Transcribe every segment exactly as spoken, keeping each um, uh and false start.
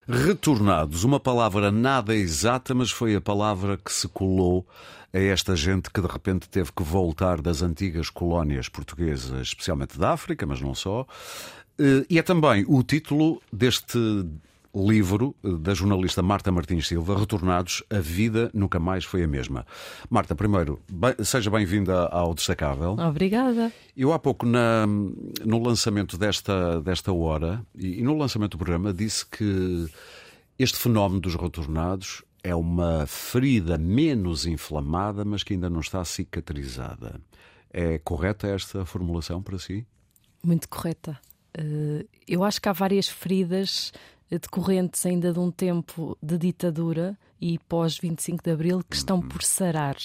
Retornados, uma palavra nada exata, mas foi a palavra que se colou a esta gente que de repente teve que voltar das antigas colónias portuguesas, especialmente da África, mas não só. E é também o título deste livro da jornalista Marta Martins Silva, Retornados, a vida nunca mais foi a mesma. Marta, primeiro, bem, seja bem-vinda ao Destacável. Obrigada. Eu há pouco, na, no lançamento desta, desta hora e, e no lançamento do programa, disse que este fenómeno dos retornados é uma ferida menos inflamada, mas que ainda não está cicatrizada. É correta esta formulação para si? Muito correta. Eu acho que há várias feridas decorrentes ainda de um tempo de ditadura e pós vinte e cinco de Abril que estão por sarar.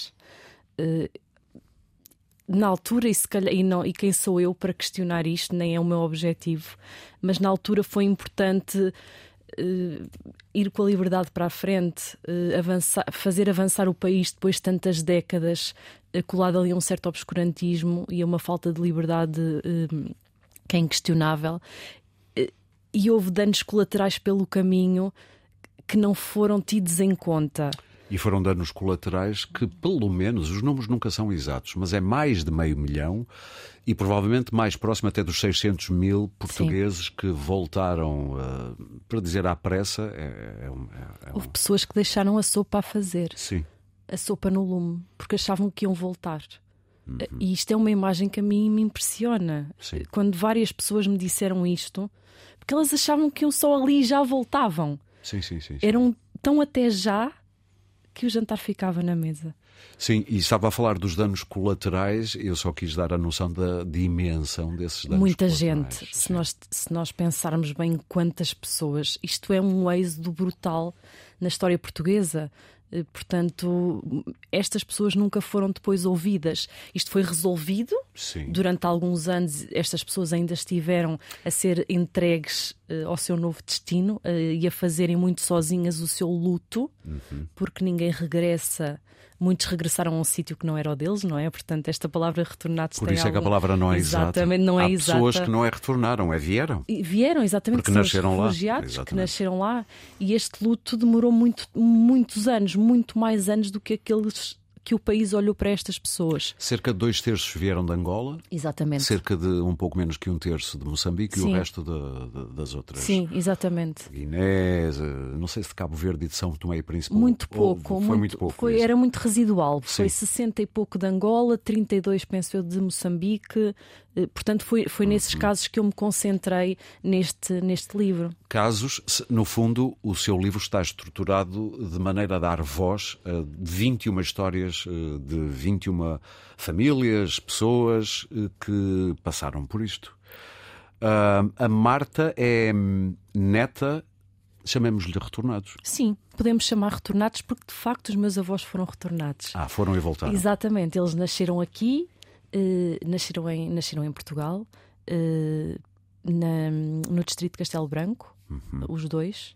Na altura, e, se calhar, e, não, e quem sou eu para questionar isto, nem é o meu objetivo, mas na altura foi importante uh, ir com a liberdade para a frente, uh, avançar, fazer avançar o país depois de tantas décadas, uh, colado ali a um certo obscurantismo e a uma falta de liberdade uh, que é inquestionável. Uh, e houve danos colaterais pelo caminho que não foram tidos em conta. E foram danos colaterais que, pelo menos, os números nunca são exatos, mas é mais de meio milhão e provavelmente mais próximo até dos seiscentos mil portugueses Sim. que voltaram, uh, para dizer à pressa. É, é um, é, é Houve um... pessoas que deixaram a sopa a fazer, Sim. a sopa no lume, porque achavam que iam voltar. Uhum. E isto é uma imagem que a mim me impressiona. Sim. Quando várias pessoas me disseram isto, porque elas achavam que iam só ali e já voltavam. Sim, sim, sim, sim. Eram tão até já que o jantar ficava na mesa. Sim, e estava a falar dos danos colaterais, eu só quis dar a noção da dimensão desses danos Muita colaterais. gente, se nós, se nós pensarmos bem quantas pessoas, isto é um êxodo brutal na história portuguesa. Portanto, estas pessoas nunca foram depois ouvidas. Isto foi resolvido. Sim. Durante alguns anos estas pessoas ainda estiveram a ser entregues uh, ao seu novo destino uh, e a fazerem muito sozinhas o seu luto, uhum. porque ninguém regressa. Muitos regressaram a um sítio que não era o deles, não é? Portanto, esta palavra retornados Por tem isso algum... é que a palavra não é exatamente, exata. Não é Há exata. pessoas que não é retornaram, é vieram. E vieram, exatamente, porque são nasceram os lá. refugiados Exatamente. que nasceram lá. E este luto demorou muito, muitos anos, muito mais anos do que aqueles que o país olhou para estas pessoas. Cerca de dois terços vieram de Angola. Exatamente. Cerca de um pouco menos que um terço de Moçambique. Sim. E o resto de, de, das outras. Sim, exatamente. Guiné, não sei se de Cabo Verde e de São Tomé e Príncipe. Muito pouco. Foi muito, muito pouco. Foi, era muito residual. Sim. Foi sessenta e pouco de Angola, trinta e dois, penso eu, de Moçambique. Portanto, foi, foi nesses uhum. casos que eu me concentrei neste, neste livro. Casos, no fundo, o seu livro está estruturado de maneira a dar voz a vinte e uma histórias de vinte e uma famílias, pessoas que passaram por isto. Uh, a Marta é neta, chamemos-lhe retornados. Sim, podemos chamar retornados porque de facto os meus avós foram retornados. Ah, foram e voltaram. Exatamente, eles nasceram aqui, uh, nasceram, em, nasceram em Portugal, uh, na, no distrito de Castelo Branco, uhum. os dois.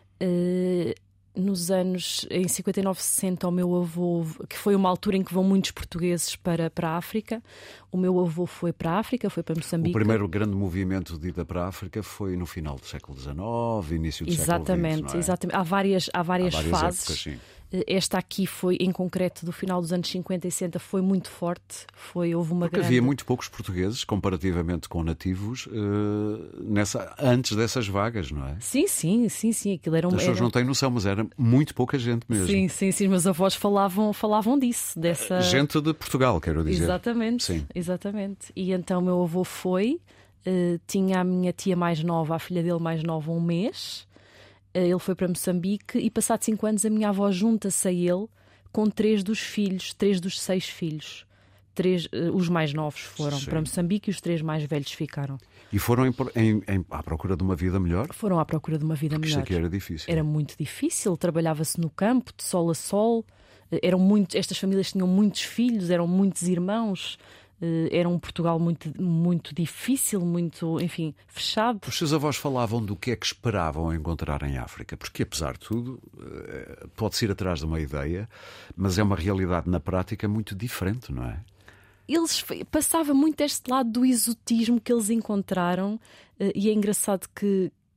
Uh, Nos anos, em cinquenta e nove, sessenta, o meu avô, que foi uma altura em que vão muitos portugueses para, para a África, o meu avô foi para a África, foi para Moçambique. O primeiro grande movimento de ida para a África foi no final do século dezenove, início do exatamente, século vinte, não é? Exatamente, há várias, há várias, há várias fases. Épocas, sim. Esta aqui foi, em concreto, do final dos anos cinquenta e sessenta, foi muito forte. Foi, houve uma Porque grande... havia muito poucos portugueses, comparativamente com nativos, uh, nessa, antes dessas vagas, não é? Sim, sim, sim, sim. Aquilo era um... As pessoas era... não têm noção, mas era muito pouca gente mesmo. Sim, sim, sim. Meus avós falavam, falavam disso. Dessa... Gente de Portugal, quero dizer. Exatamente, sim. Exatamente. E então meu avô foi, uh, tinha a minha tia mais nova, a filha dele mais nova, um mês... Ele foi para Moçambique e, passados cinco anos, a minha avó junta-se a ele com três dos filhos, três dos seis filhos. Três, os mais novos foram Sim. para Moçambique e os três mais velhos ficaram. E foram em, em, em, à procura de uma vida melhor? Foram à procura de uma vida Porque melhor. Isso aqui era difícil. Era muito difícil, trabalhava-se no campo, de sol a sol. Eram muito, estas famílias tinham muitos filhos, eram muitos irmãos. Era um Portugal muito, muito difícil, muito, enfim, fechado. Os seus avós falavam do que é que esperavam encontrar em África, porque apesar de tudo pode-se ir atrás de uma ideia, mas é uma realidade na prática muito diferente, não é? Eles passava muito este lado do exotismo que eles encontraram, e é engraçado que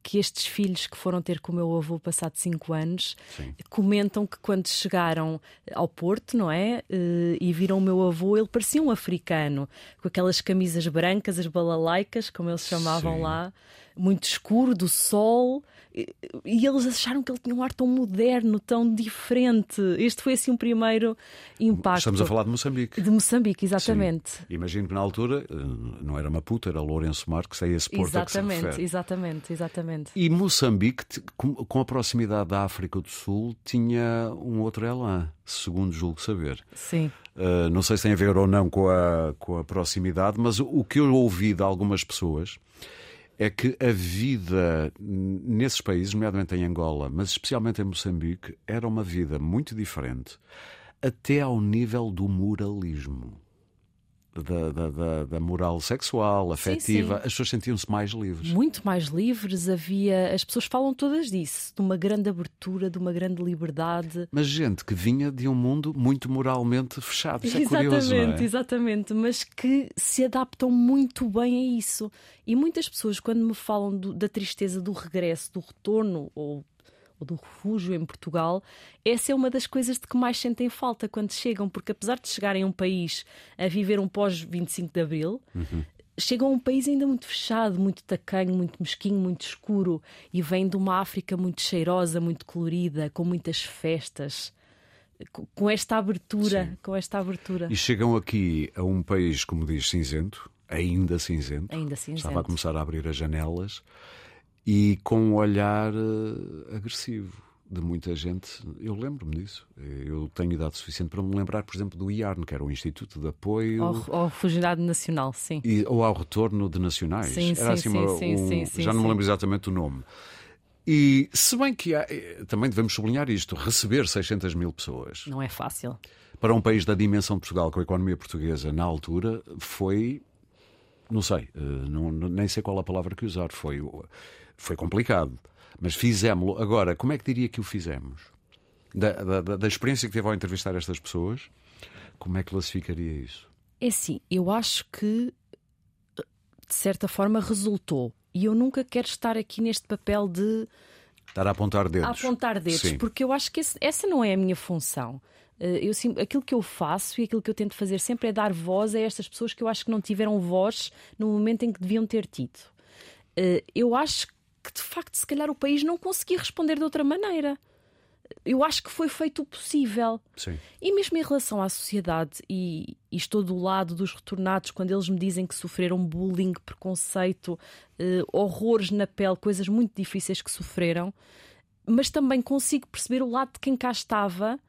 que estes filhos que foram ter com o meu avô passado cinco anos Sim. comentam que quando chegaram ao Porto, não é? E viram o meu avô, ele parecia um africano, com aquelas camisas brancas, as balalaicas, como eles chamavam Sim. lá, muito escuro, do sol, e eles acharam que ele tinha um ar tão moderno, tão diferente. Este foi assim um primeiro impacto. Estamos a falar de Moçambique. De Moçambique, exatamente. Sim. Imagino que na altura não era Maputo, era Lourenço Marques, é esse Porto a que se refere. Exatamente, exatamente. E Moçambique, com a proximidade da África do Sul, tinha um outro elan, segundo julgo saber. Sim. Uh, não sei se tem a ver ou não com a, com a proximidade, mas o que eu ouvi de algumas pessoas é que a vida nesses países, nomeadamente em Angola, mas especialmente em Moçambique, era uma vida muito diferente, até ao nível do moralismo. Da, da, da, da moral sexual, afetiva, sim, sim. As pessoas sentiam-se mais livres. Muito mais livres, havia. As pessoas falam todas disso, de uma grande abertura, de uma grande liberdade. Mas gente que vinha de um mundo muito moralmente fechado. Isso é exatamente, curioso, não é? Exatamente, mas que se adaptam muito bem a isso. E muitas pessoas, quando me falam do, da tristeza do regresso, do retorno ou ou do refúgio em Portugal, essa é uma das coisas de que mais sentem falta quando chegam, porque apesar de chegarem a um país a viver um pós vinte e cinco de Abril, uhum. chegam a um país ainda muito fechado, muito tacanho, muito mesquinho, muito escuro, e vêm de uma África muito cheirosa, muito colorida, com muitas festas, com esta abertura, Sim. com esta abertura. E chegam aqui a um país, como diz, cinzento, ainda cinzento, ainda cinzento. Estava a começar a abrir as janelas. E com um olhar uh, agressivo de muita gente. Eu lembro-me disso. Eu tenho idade suficiente para me lembrar, por exemplo, do I A R N, que era o Instituto de Apoio ao, ao Refugiado Nacional, sim. E, ou ao Retorno de Nacionais. Sim, era sim, assim uma, sim, um, sim, sim, já sim, não me sim. lembro exatamente o nome. E se bem que há, também devemos sublinhar isto, receber seiscentas mil pessoas. Não é fácil. Para um país da dimensão de Portugal, com a economia portuguesa na altura, foi... Não sei, não, nem sei qual a palavra que usar. Foi... Foi complicado, mas fizemos-lo. Agora, como é que diria que o fizemos? Da, da, da experiência que teve ao entrevistar estas pessoas, como é que classificaria isso? É assim, eu acho que de certa forma resultou. E eu nunca quero estar aqui neste papel de estar a apontar dedos. A apontar dedos, Sim. Porque eu acho que esse, essa não é a minha função. Eu, aquilo que eu faço e aquilo que eu tento fazer sempre é dar voz a estas pessoas que eu acho que não tiveram voz no momento em que deviam ter tido. Eu acho que que de facto se calhar o país não conseguia responder de outra maneira. Eu acho que foi feito o possível. Sim. E mesmo em relação à sociedade, e, e estou do lado dos retornados quando eles me dizem que sofreram bullying, preconceito, eh, horrores na pele, coisas muito difíceis que sofreram, mas também consigo perceber o lado de quem cá estava,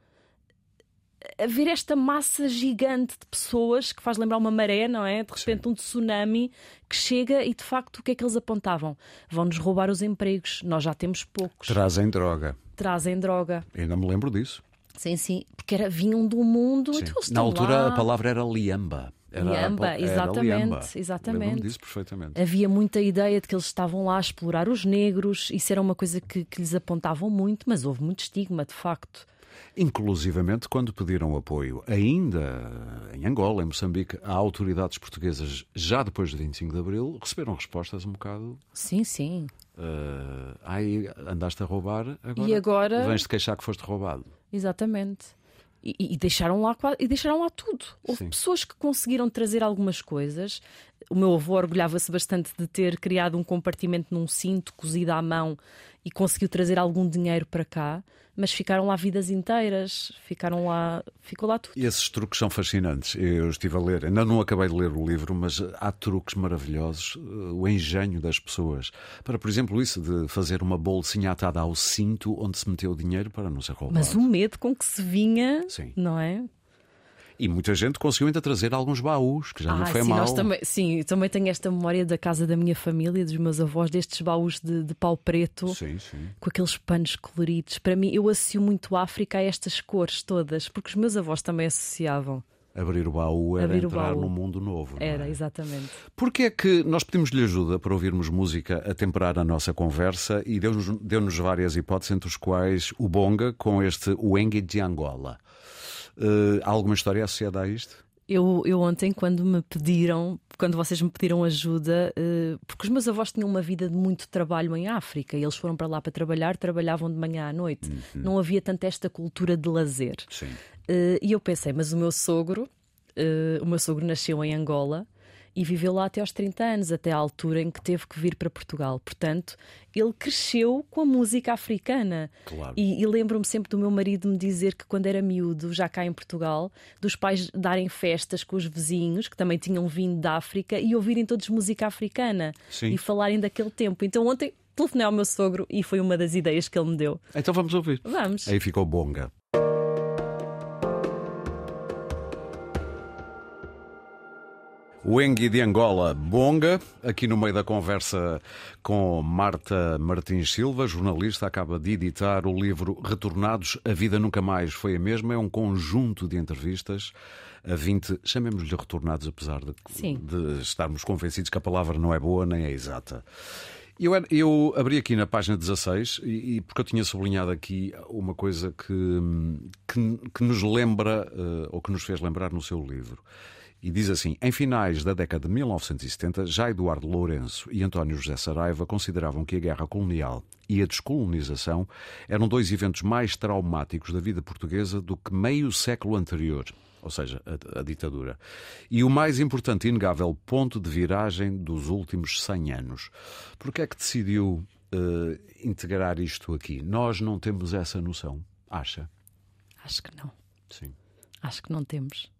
a ver esta massa gigante de pessoas que faz lembrar uma maré, não é? De repente, Sim. um tsunami que chega e de facto o que é que eles apontavam? Vão-nos roubar os empregos, nós já temos poucos. Trazem droga. Trazem droga. Eu não me lembro disso. Sim, sim, porque era, vinham do mundo. Sim. Então eles Na altura lá. a palavra era liamba. Era, liamba, era exatamente, liamba. exatamente. Lembro-me disso perfeitamente. Havia muita ideia de que eles estavam lá a explorar os negros, isso era uma coisa que, que lhes apontavam muito, mas houve muito estigma, de facto. Inclusivamente quando pediram apoio, ainda em Angola, em Moçambique, a autoridades portuguesas, já depois de vinte e cinco de Abril, receberam respostas um bocado... Sim, sim. Uh, ai, andaste a roubar, agora, e agora vens-te queixar que foste roubado. Exatamente. E, e, deixaram lá, e deixaram lá tudo. Houve Sim. pessoas que conseguiram trazer algumas coisas. O meu avô orgulhava-se bastante de ter criado um compartimento num cinto cozido à mão e conseguiu trazer algum dinheiro para cá, mas ficaram lá vidas inteiras, ficaram lá, ficou lá tudo. E esses truques são fascinantes. Eu estive a ler, ainda não acabei de ler o livro, mas há truques maravilhosos, o engenho das pessoas. Para, por exemplo, isso de fazer uma bolsinha atada ao cinto onde se meteu o dinheiro para não ser roubado. Mas o medo com que se vinha, Sim. não é? E muita gente conseguiu ainda trazer alguns baús, que já ah, não foi sim, mal. Nós também, sim, eu também tenho esta memória da casa da minha família, dos meus avós, destes baús de, de pau preto, sim, sim. com aqueles panos coloridos. Para mim, eu associo muito a África a estas cores todas, porque os meus avós também associavam. Abrir o baú era Abrir entrar baú. num mundo novo. Não era, é? exatamente. Porque é que nós pedimos-lhe ajuda para ouvirmos música a temperar a nossa conversa e deu-nos, deu-nos várias hipóteses, entre os quais o Bonga com este Wengi de Angola. Uh, há alguma história associada a isto? Eu, eu ontem, quando me pediram, quando vocês me pediram ajuda, uh, porque os meus avós tinham uma vida de muito trabalho em África, e eles foram para lá para trabalhar, trabalhavam de manhã à noite. Uhum. Não havia tanta esta cultura de lazer. Sim. Uh, e eu pensei, mas o meu sogro, uh, o meu sogro nasceu em Angola e viveu lá até aos trinta anos, até à altura em que teve que vir para Portugal. Portanto, ele cresceu com a música africana. Claro. E, e lembro-me sempre do meu marido me dizer que quando era miúdo, já cá em Portugal, dos pais darem festas com os vizinhos, que também tinham vindo da África, e ouvirem todos música africana. Sim. E falarem daquele tempo. Então ontem telefonei ao meu sogro e foi uma das ideias que ele me deu. Então vamos ouvir. Vamos. Aí ficou bonga. O Engue de Angola, bonga, aqui no meio da conversa com Marta Martins Silva, jornalista, acaba de editar o livro Retornados, a Vida Nunca Mais Foi a Mesma. É um conjunto de entrevistas a vinte, chamemos-lhe retornados, apesar de, de estarmos convencidos que a palavra não é boa nem é exata. Eu, eu abri aqui na página dezasseis e, e porque eu tinha sublinhado aqui uma coisa que, que, que nos lembra, uh, ou que nos fez lembrar no seu livro. E diz assim: em finais da década de mil novecentos e setenta, já Eduardo Lourenço e António José Saraiva consideravam que a guerra colonial e a descolonização eram dois eventos mais traumáticos da vida portuguesa do que meio século anterior, ou seja, a, a ditadura, e o mais importante e inegável ponto de viragem dos últimos cem anos. Por que é que decidiu uh, integrar isto aqui? Nós não temos essa noção, acha? Acho que não. Sim. Acho que não temos.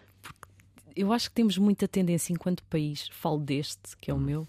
Eu acho que temos muita tendência, enquanto país, falo deste, que é o meu,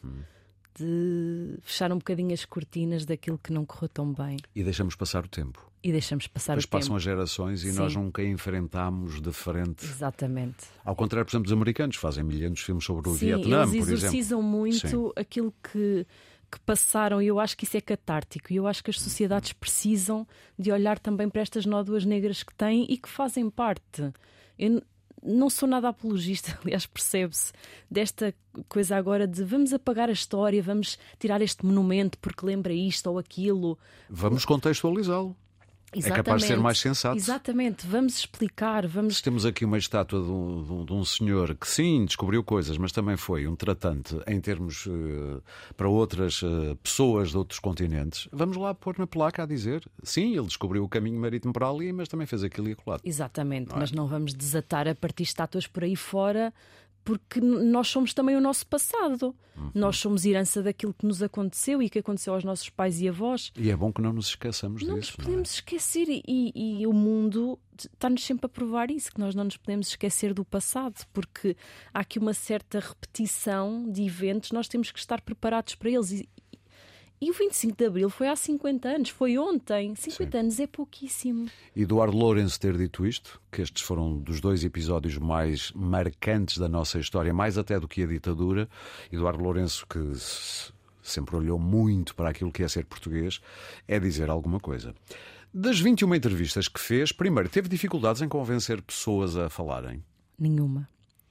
de fechar um bocadinho as cortinas daquilo que não correu tão bem. E deixamos passar o tempo. E deixamos passar Depois o tempo. passam as gerações e Sim. nós nunca enfrentámos de frente. Exatamente. Ao contrário, por exemplo, dos americanos, fazem milhares de filmes sobre o Sim, Vietnã, eles por exemplo. exorcizam muito Sim. aquilo que, que passaram, e eu acho que isso é catártico. E eu acho que as sociedades precisam de olhar também para estas nódoas negras que têm e que fazem parte. Eu não sou nada apologista, aliás, percebe-se, desta coisa agora de vamos apagar a história, vamos tirar este monumento porque lembra isto ou aquilo. Vamos contextualizá-lo. Exatamente. É capaz de ser mais sensato. Exatamente, vamos explicar, vamos... Temos aqui uma estátua de um, de um, de um senhor que sim, descobriu coisas, mas também foi um tratante em termos uh, para outras uh, pessoas de outros continentes. Vamos lá pôr na placa a dizer, sim, ele descobriu o caminho marítimo para ali, mas também fez aquilo e acolá. Exatamente, não é? Mas não vamos desatar a partir estátuas por aí fora, porque nós somos também o nosso passado. Uhum. Nós somos herança daquilo que nos aconteceu e que aconteceu aos nossos pais e avós. E é bom que não nos esqueçamos não disso. Nos podemos não é? esquecer e, e, e o mundo está-nos sempre a provar isso, que nós não nos podemos esquecer do passado, porque há aqui uma certa repetição de eventos, nós temos que estar preparados para eles. E, E o vinte e cinco de Abril foi há cinquenta anos, foi ontem. cinquenta Sim. anos é pouquíssimo. Eduardo Lourenço ter dito isto, que estes foram dos dois episódios mais marcantes da nossa história, mais até do que a ditadura. Eduardo Lourenço, que sempre olhou muito para aquilo que é ser português, é dizer alguma coisa. Das vinte e uma entrevistas que fez, primeiro, teve dificuldades em convencer pessoas a falarem? Nenhuma.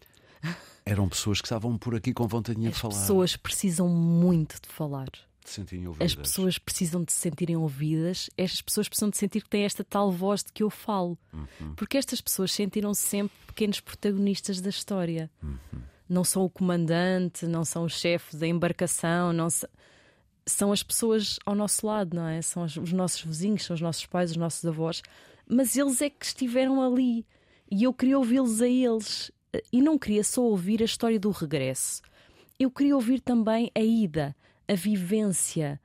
Eram pessoas que estavam por aqui com vontade de falar. As pessoas precisam muito de falar. De sentirem ouvidas. As pessoas precisam de se sentirem ouvidas. Estas pessoas precisam de sentir que têm esta tal voz de que eu falo. Uhum. Porque estas pessoas sentiram-se sempre pequenos protagonistas da história. Uhum. Não são o comandante, não são o chefe da embarcação, não são... são as pessoas ao nosso lado, não é? São os nossos vizinhos, são os nossos pais, os nossos avós. Mas eles é que estiveram ali. E eu queria ouvi-los a eles. E não queria só ouvir a história do regresso. Eu queria ouvir também a ida, a vivência,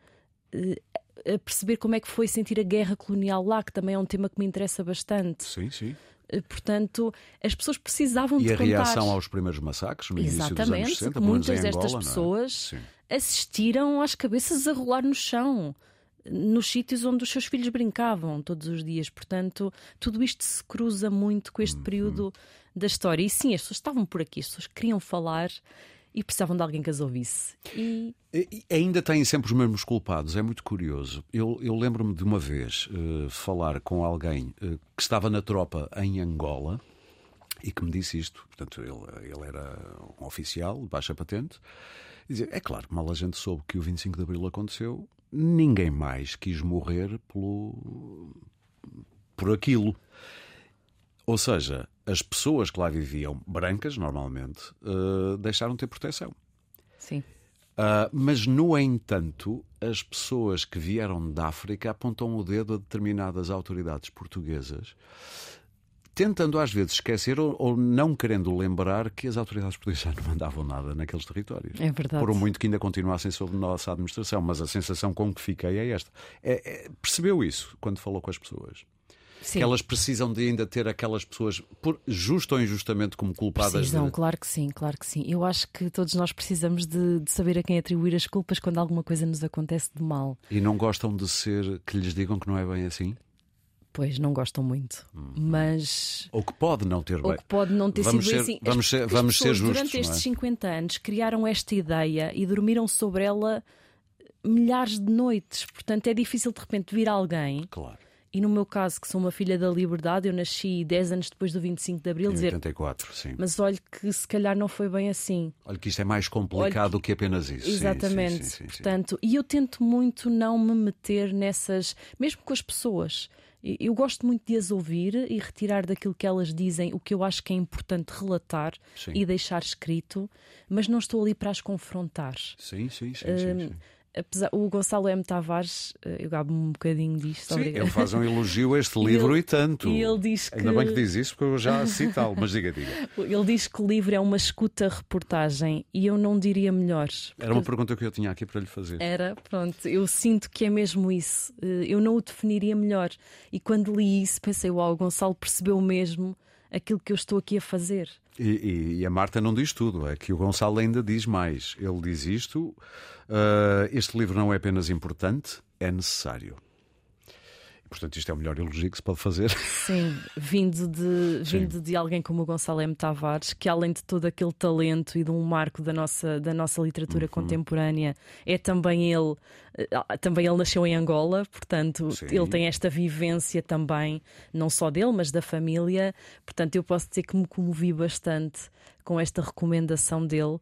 a perceber como é que foi sentir a guerra colonial lá, que também é um tema que me interessa bastante. Sim, sim. Portanto, as pessoas precisavam e de contar. E a reação aos primeiros massacres no início dos anos sessenta, muitas em destas Angola, pessoas é? assistiram às cabeças a rolar no chão, nos sítios onde os seus filhos brincavam todos os dias. Portanto, tudo isto se cruza muito com este hum, período hum. da história. E sim, as pessoas estavam por aqui, as pessoas queriam falar e precisavam de alguém que as ouvisse. E... E ainda têm sempre os mesmos culpados, é muito curioso. Eu, eu lembro-me de uma vez uh, falar com alguém uh, que estava na tropa em Angola e que me disse isto. Portanto, ele, ele era um oficial de baixa patente. E dizia, é claro que mal a gente soube que o vinte e cinco de Abril aconteceu, ninguém mais quis morrer pelo... por aquilo. Ou seja, as pessoas que lá viviam, brancas normalmente, uh, deixaram de ter proteção. Sim. Uh, mas, no entanto, as pessoas que vieram da África apontam o dedo a determinadas autoridades portuguesas, tentando às vezes esquecer ou, ou não querendo lembrar que as autoridades portuguesas não mandavam nada naqueles territórios. É verdade. Por muito que ainda continuassem sob nossa administração. Mas a sensação com que fiquei é esta. É, é, percebeu isso quando falou com as pessoas? Sim. Que elas precisam de ainda ter aquelas pessoas, por justo ou injustamente, como culpadas. Precisam, de... claro que sim, claro que sim. Eu acho que todos nós precisamos de, de saber a quem atribuir as culpas quando alguma coisa nos acontece de mal. E não gostam de ser que lhes digam que não é bem assim? Pois, não gostam muito. Hum. Mas... Ou que pode não ter bem. Ou que pode não ter vamos sido ser, assim. Vamos as, ser, as vamos ser justos, durante estes não é? cinquenta anos criaram esta ideia e dormiram sobre ela milhares de noites. Portanto, é difícil de repente vir alguém... Claro. E no meu caso, que sou uma filha da liberdade, eu nasci dez anos depois do vinte e cinco de Abril, Em dizer, oitenta e quatro, sim. mas olha que se calhar não foi bem assim. Olha que isto é mais complicado do que... que apenas isso. Exatamente. Sim, sim, sim, sim, Portanto, e eu tento muito não me meter nessas, mesmo com as pessoas. Eu gosto muito de as ouvir e retirar daquilo que elas dizem o que eu acho que é importante relatar sim. e deixar escrito, mas não estou ali para as confrontar. Sim, sim, sim. Um, sim, sim. Apesar, o Gonçalo M. Tavares, eu gabo-me um bocadinho disto. Sim, ele faz um elogio a este livro e, ele, e tanto. E ele diz que... Ainda bem que diz isso, porque eu já cito-lo, mas diga, diga. Ele diz que o livro é uma escuta-reportagem e eu não diria melhor. Era uma pergunta que eu tinha aqui para lhe fazer. Era, pronto, eu sinto que é mesmo isso. Eu não o definiria melhor. E quando li isso, pensei, uau, o Gonçalo percebeu mesmo aquilo que eu estou aqui a fazer. E, e, e a Marta não diz tudo, é que o Gonçalo ainda diz mais. Ele diz isto: uh, este livro não é apenas importante, é necessário. E, portanto, isto é o melhor elogio que se pode fazer. Sim, vindo de, vindo de alguém como o Gonçalo M. Tavares, que além de todo aquele talento e de um marco da nossa, da nossa literatura uhum. contemporânea, é também ele, também ele nasceu em Angola, portanto, sim. ele tem esta vivência também, não só dele, mas da família. Portanto, eu posso dizer que me comovi bastante com esta recomendação dele.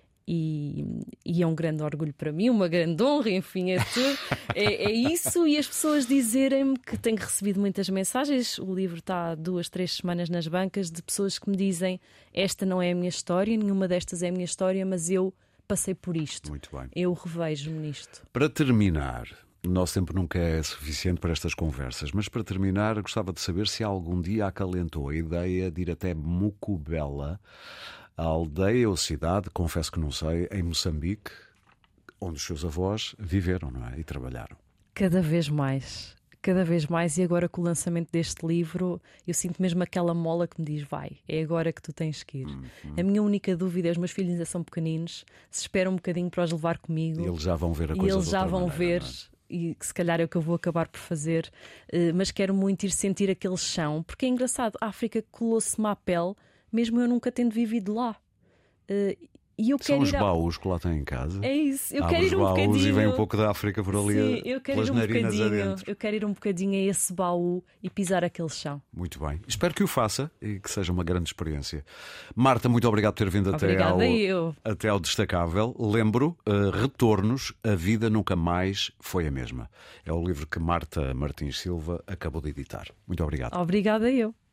E, e é um grande orgulho para mim, uma grande honra, enfim, é tudo. É, é isso, e as pessoas dizerem-me que tenho recebido muitas mensagens. O livro está há duas, três semanas nas bancas, de pessoas que me dizem: esta não é a minha história, nenhuma destas é a minha história, mas eu passei por isto. Muito bem. Eu revejo-me nisto. Para terminar, o nosso tempo nunca é suficiente para estas conversas, mas para terminar, gostava de saber se algum dia acalentou a ideia de ir até Mucubela, a aldeia ou cidade, confesso que não sei, em Moçambique, onde os seus avós viveram, não é? E trabalharam. Cada vez mais, cada vez mais, e agora com o lançamento deste livro, eu sinto mesmo aquela mola que me diz: vai, é agora que tu tens que ir. Hum, hum. A minha única dúvida é: os meus filhos ainda são pequeninos, se esperam um bocadinho para os levar comigo. E eles já vão ver a coisa. E eles já vão maneira, ver. E que se calhar é o que eu vou acabar por fazer, mas quero muito ir sentir aquele chão, porque é engraçado, a África colou-se-me à pele, mesmo eu nunca tendo vivido lá. Uh, e eu São quero os ir a... baús que lá têm em casa. É isso, eu Abre quero ir os um baús bocadinho. E vem um pouco da África por ali. Sim, eu quero pelas ir um narinas bocadinho. adentro. Eu quero ir um bocadinho a esse baú e pisar aquele chão. Muito bem. Espero que o faça e que seja uma grande experiência. Marta, muito obrigado por ter vindo até ao, eu. até ao Destacável. Lembro, uh, Retornos, a vida nunca mais foi a mesma. É o livro que Marta Martins Silva acabou de editar. Muito obrigado. Obrigada eu.